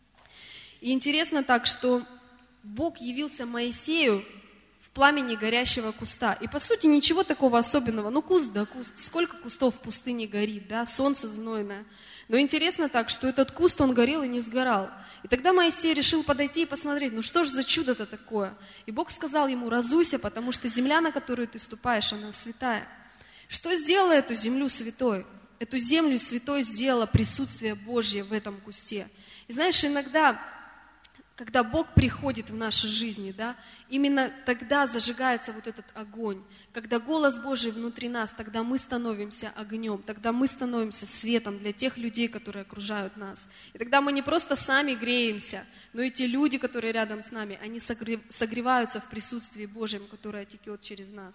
И интересно так, что Бог явился Моисею в пламени горящего куста. И по сути ничего такого особенного. Ну куст, да куст. Сколько кустов в пустыне горит, да, солнце знойное. Но интересно так, что этот куст, он горел и не сгорал. И тогда Моисей решил подойти и посмотреть, ну что ж за чудо-то такое? И Бог сказал ему, разуйся, потому что земля, на которую ты ступаешь, она святая. Что сделало эту землю святой? Эту землю святой сделало присутствие Божье в этом кусте. И знаешь, иногда, когда Бог приходит в наши жизни, да, именно тогда зажигается вот этот огонь. Когда голос Божий внутри нас, тогда мы становимся огнем, тогда мы становимся светом для тех людей, которые окружают нас. И тогда мы не просто сами греемся, но и те люди, которые рядом с нами, они согреваются в присутствии Божьем, которое текет через нас.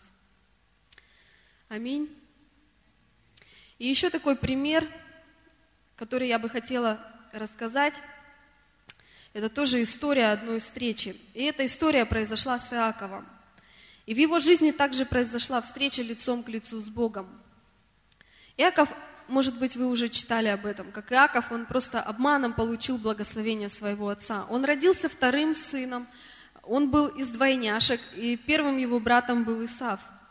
Аминь. И еще такой пример, который я бы хотела рассказать. Это тоже история одной встречи. И эта история произошла с Иаковом. И в его жизни также произошла встреча лицом к лицу с Богом. Иаков, может быть, вы уже читали об этом, как Иаков, он просто обманом получил благословение своего отца. Он родился вторым сыном, он был из двойняшек, и первым его братом был Исав.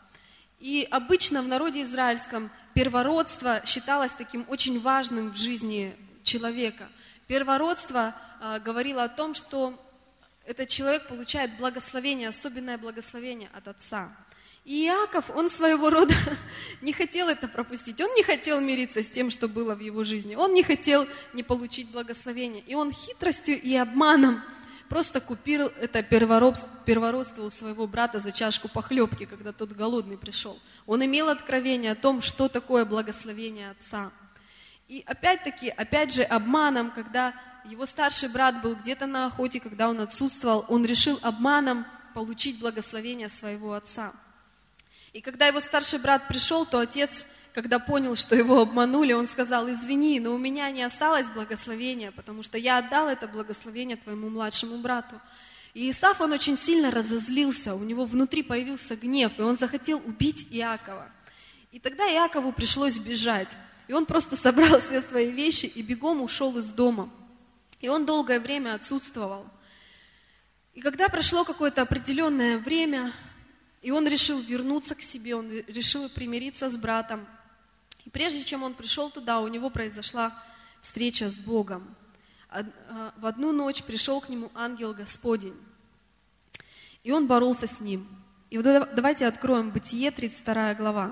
И обычно в народе израильском первородство считалось таким очень важным в жизни человека. Первородство э, говорило о том, что этот человек получает благословение, особенное благословение от отца. И Иаков, он своего рода не хотел это пропустить. Он не хотел мириться с тем, что было в его жизни. Он не хотел не получить благословение. И он хитростью и обманом просто купил это первородство у своего брата за чашку похлебки, когда тот голодный пришел. Он имел откровение о том, что такое благословение отца. И опять-таки, опять же, обманом, когда его старший брат был где-то на охоте, когда он отсутствовал, он решил обманом получить благословение своего отца. И когда его старший брат пришел, то отец, когда понял, что его обманули, он сказал: извини, но у меня не осталось благословения, потому что я отдал это благословение твоему младшему брату. И Исав, он очень сильно разозлился, у него внутри появился гнев, и он захотел убить Иакова. И тогда Иакову пришлось бежать. И он просто собрал все свои вещи и бегом ушел из дома. И он долгое время отсутствовал. И когда прошло какое-то определенное время, и он решил вернуться к себе, он решил примириться с братом. И прежде чем он пришел туда, у него произошла встреча с Богом. В одну ночь пришел к нему ангел Господень, и он боролся с ним. И вот давайте откроем Бытие, тридцать вторая глава.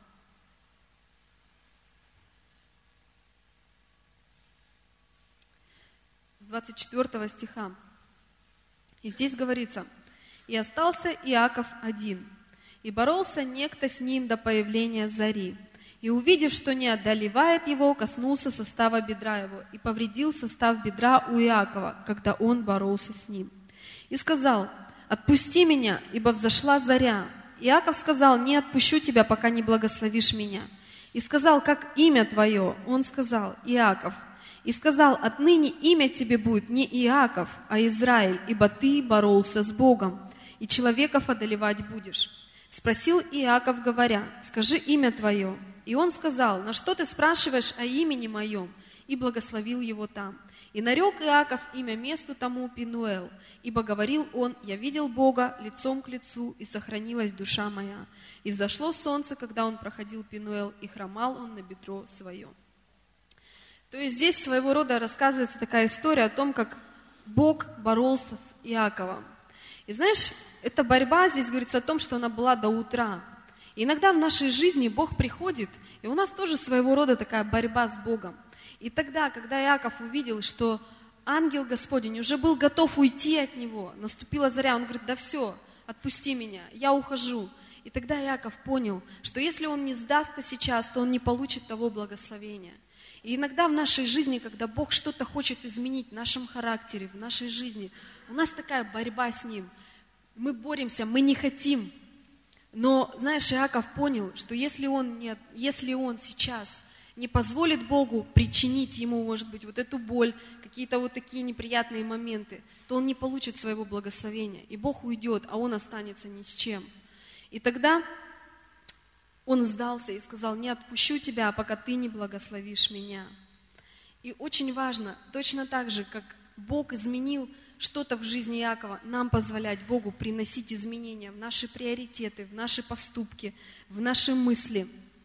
С двадцать четвёртого стиха. И здесь говорится: «И остался Иаков один, и боролся некто с ним до появления зари. И, увидев, что не одолевает его, коснулся состава бедра его, и повредил состав бедра у Иакова, когда он боролся с ним. И сказал: отпусти меня, ибо взошла заря. Иаков сказал: не отпущу тебя, пока не благословишь меня. И сказал: как имя твое? Он сказал: Иаков. И сказал: отныне имя тебе будет не Иаков, а Израиль, ибо ты боролся с Богом, и человеков одолевать будешь. Спросил Иаков, говоря: скажи имя твое. И он сказал: на что ты спрашиваешь о имени моем? И благословил его там. И нарек Иаков имя месту тому Пенуэл, ибо говорил он: я видел Бога лицом к лицу, и сохранилась душа моя. И взошло солнце, когда он проходил Пенуэл, и хромал он на бедро свое». То есть здесь своего рода рассказывается такая история о том, как Бог боролся с Иаковом. И знаешь, эта борьба здесь говорится о том, что она была до утра. И иногда в нашей жизни Бог приходит, и у нас тоже своего рода такая борьба с Богом. И тогда, когда Иаков увидел, что ангел Господень уже был готов уйти от него, наступила заря, он говорит: да все, отпусти меня, я ухожу. И тогда Иаков понял, что если он не сдастся сейчас, то он не получит того благословения. И иногда в нашей жизни, когда Бог что-то хочет изменить в нашем характере, в нашей жизни, у нас такая борьба с Ним. Мы боремся, мы не хотим. Но, знаешь, Иаков понял, что если он, не, если он сейчас не позволит Богу причинить ему, может быть, вот эту боль, какие-то вот такие неприятные моменты, то он не получит своего благословения. И Бог уйдет, а он останется ни с чем. И тогда он сдался и сказал: не отпущу тебя, пока ты не благословишь меня. И очень важно, точно так же, как Бог изменил что-то в жизни Иакова, нам позволять Богу приносить изменения в наши приоритеты, в наши поступки, в наши мысли.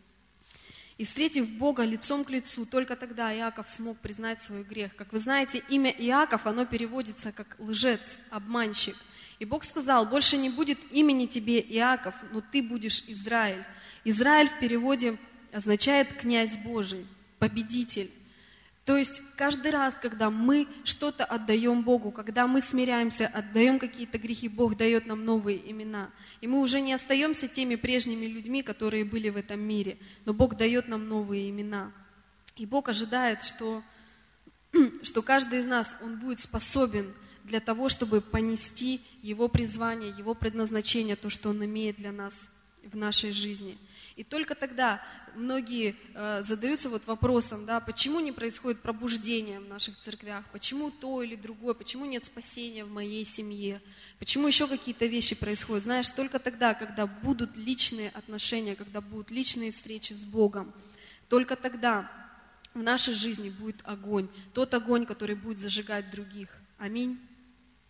И встретив Бога лицом к лицу, только тогда Иаков смог признать свой грех. Как вы знаете, имя Иаков, оно переводится как лжец, обманщик. И Бог сказал: больше не будет имени тебе Иаков, но ты будешь Израиль. Израиль в переводе означает «князь Божий», «победитель». То есть каждый раз, когда мы что-то отдаем Богу, когда мы смиряемся, отдаем какие-то грехи, Бог дает нам новые имена. И мы уже не остаемся теми прежними людьми, которые были в этом мире, но Бог дает нам новые имена. И Бог ожидает, что, что каждый из нас, он будет способен для того, чтобы понести Его призвание, Его предназначение, то, что Он имеет для нас в нашей жизни. И только тогда многие э, задаются вот вопросом, да, почему не происходит пробуждение в наших церквях, почему то или другое, почему нет спасения в моей семье, почему еще какие-то вещи происходят. Знаешь, только тогда, когда будут личные отношения, когда будут личные встречи с Богом, только тогда в нашей жизни будет огонь, тот огонь, который будет зажигать других. Аминь.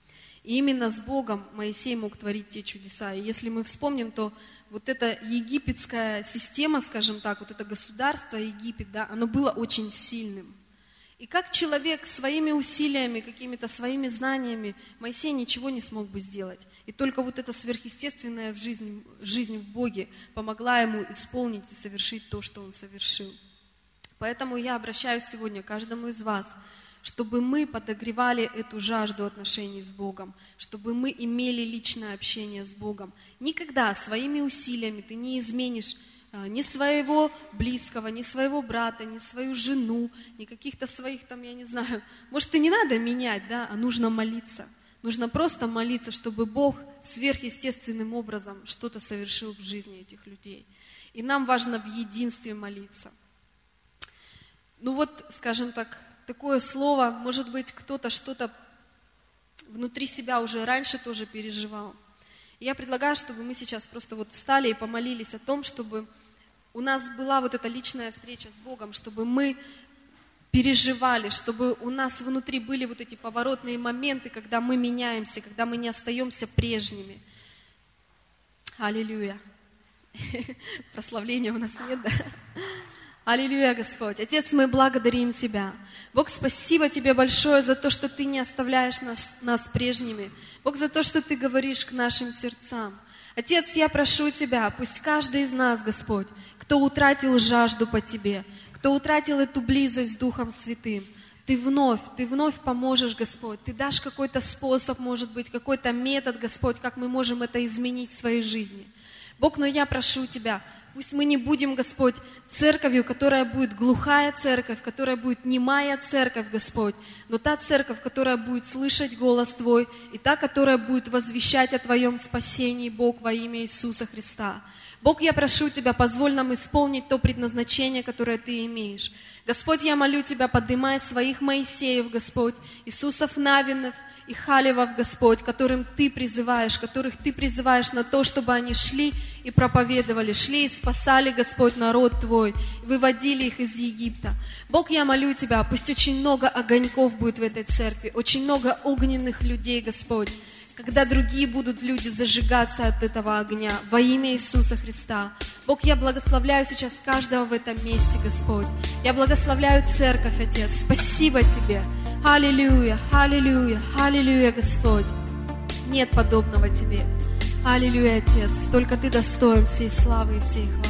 И именно с Богом Моисей мог творить те чудеса. И если мы вспомним, то вот эта египетская система, скажем так, вот это государство Египет, да, оно было очень сильным. И как человек своими усилиями, какими-то своими знаниями, Моисей ничего не смог бы сделать. И только вот эта сверхъестественная жизнь, жизнь в Боге помогла ему исполнить и совершить то, что он совершил. Поэтому я обращаюсь сегодня к каждому из вас, чтобы мы подогревали эту жажду отношений с Богом, чтобы мы имели личное общение с Богом. Никогда своими усилиями ты не изменишь ни своего близкого, ни своего брата, ни свою жену, ни каких-то своих там, я не знаю. Может, и не надо менять, да, а нужно молиться. Нужно просто молиться, чтобы Бог сверхъестественным образом что-то совершил в жизни этих людей. И нам важно в единстве молиться. Ну вот, скажем так, такое слово, может быть, кто-то что-то внутри себя уже раньше тоже переживал. И я предлагаю, чтобы мы сейчас просто вот встали и помолились о том, чтобы у нас была вот эта личная встреча с Богом, чтобы мы переживали, чтобы у нас внутри были вот эти поворотные моменты, когда мы меняемся, когда мы не остаемся прежними. Аллилуйя. Прославления у нас нет, да? Аллилуйя, Господь. Отец, мы благодарим Тебя. Бог, спасибо Тебе большое за то, что Ты не оставляешь нас, нас прежними. Бог, за то, что Ты говоришь к нашим сердцам. Отец, я прошу Тебя, пусть каждый из нас, Господь, кто утратил жажду по Тебе, кто утратил эту близость с Духом Святым, Ты вновь, Ты вновь поможешь, Господь. Ты дашь какой-то способ, может быть, какой-то метод, Господь, как мы можем это изменить в своей жизни. Бог, но я прошу Тебя, пусть мы не будем, Господь, церковью, которая будет глухая церковь, которая будет немая церковь, Господь, но та церковь, которая будет слышать голос Твой, и та, которая будет возвещать о Твоем спасении, Бог, во имя Иисуса Христа. Бог, я прошу Тебя, позволь нам исполнить то предназначение, которое Ты имеешь. Господь, я молю Тебя, поднимай своих Моисеев, Господь, Иисусов Навинов и Халевов, Господь, которым Ты призываешь, которых Ты призываешь на то, чтобы они шли и проповедовали, шли и спасали, Господь, народ Твой, выводили их из Египта. Бог, я молю Тебя, пусть очень много огоньков будет в этой церкви, очень много огненных людей, Господь, когда другие будут люди зажигаться от этого огня во имя Иисуса Христа. Бог, я благословляю сейчас каждого в этом месте, Господь. Я благословляю церковь, Отец. Спасибо Тебе. Аллилуйя, аллилуйя, аллилуйя, Господь. Нет подобного Тебе. Аллилуйя, Отец. Только Ты достоин всей славы и всей хвалы.